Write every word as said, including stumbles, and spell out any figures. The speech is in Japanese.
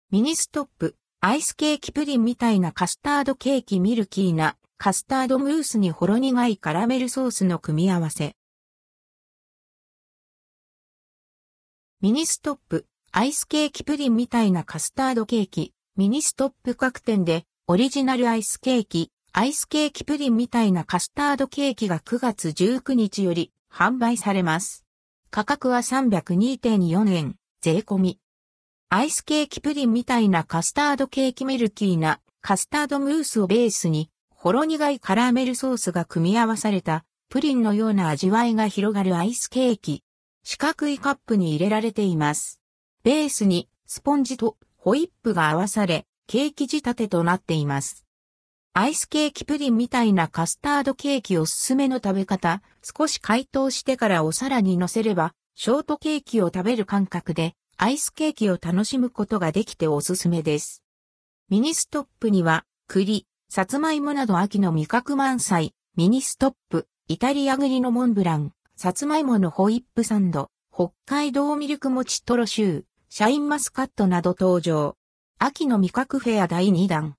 ミニストップ、アイスケーキプリンみたいなカスタードケーキミルキーなカスタードムースにほろ苦いカラメルソースの組み合わせ。ミニストップ、アイスケーキプリンみたいなカスタードケーキ。ミニストップ各店でオリジナルアイスケーキ、アイスケーキプリンみたいなカスタードケーキがくがつじゅうくにちより販売されます。価格は さんびゃくにてんよんえん、税込み。アイスケーキプリンみたいなカスタードケーキミルキーなカスタードムースをベースにほろ苦いカラメルソースが組み合わされたプリンのような味わいが広がるアイスケーキ。四角いカップに入れられています。ベースにスポンジとホイップが合わされ、ケーキ仕立てとなっています。アイスケーキプリンみたいなカスタードケーキおすすめの食べ方、少し解凍してからお皿に乗せれば、ショートケーキを食べる感覚で、アイスケーキを楽しむことができておすすめです。ミニストップには、栗、さつまいもなど秋の味覚満載、ミニストップ、イタリア栗のモンブラン、さつまいものホイップサンド、北海道ミルクもちとろシュー、シャインマスカットなど登場。秋の味覚フェアだいにだん。